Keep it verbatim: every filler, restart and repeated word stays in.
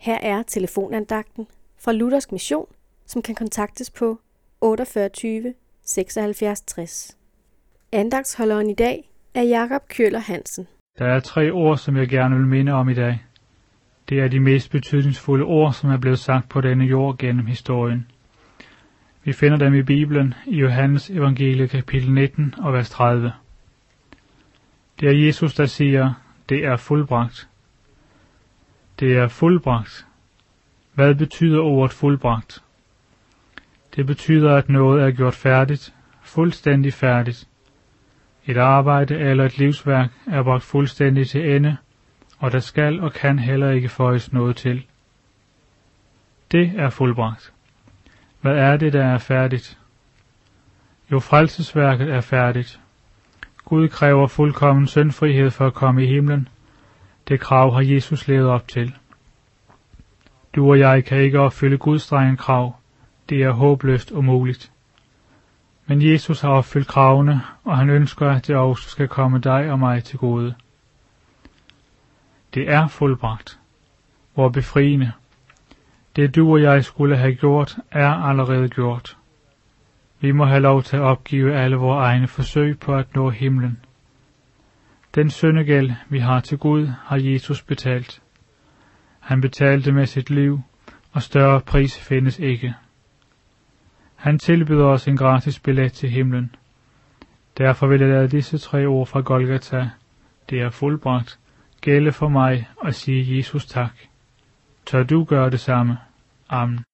Her er telefonandagten fra Luthersk Mission, som kan kontaktes på otteogfyrre tyve seksoghalvfjerds tres. Andagtsholderen i dag er Jakob Kjøller Hansen. Der er tre ord, som jeg gerne vil minde om i dag. Det er de mest betydningsfulde ord, som er blevet sagt på denne jord gennem historien. Vi finder dem i Bibelen i Johannes Evangeliet kapitel nitten og vers tredive. Det er Jesus, der siger, det er fuldbragt. Det er fuldbragt. Hvad betyder ordet fuldbragt? Det betyder, at noget er gjort færdigt, fuldstændig færdigt. Et arbejde eller et livsværk er bragt fuldstændig til ende, og der skal og kan heller ikke føjes noget til. Det er fuldbragt. Hvad er det, der er færdigt? Jo, frelsesværket er færdigt. Gud kræver fuldkommen syndfrihed for at komme i himlen. Det krav har Jesus levet op til. Du og jeg kan ikke opfylde Guds strenge krav. Det er håbløst umuligt. Men Jesus har opfyldt kravene, og han ønsker, at det også skal komme dig og mig til gode. Det er fuldbragt. Hvor befriende. Det du og jeg skulle have gjort, er allerede gjort. Vi må have lov til at opgive alle vores egne forsøg på at nå himlen. Den syndegæld, vi har til Gud, har Jesus betalt. Han betalte med sit liv, og større pris findes ikke. Han tilbyder os en gratis billet til himlen. Derfor vil jeg lade disse tre ord fra Golgata, det er fuldbragt, gælde for mig og sige Jesus tak. Tør du gøre det samme? Amen.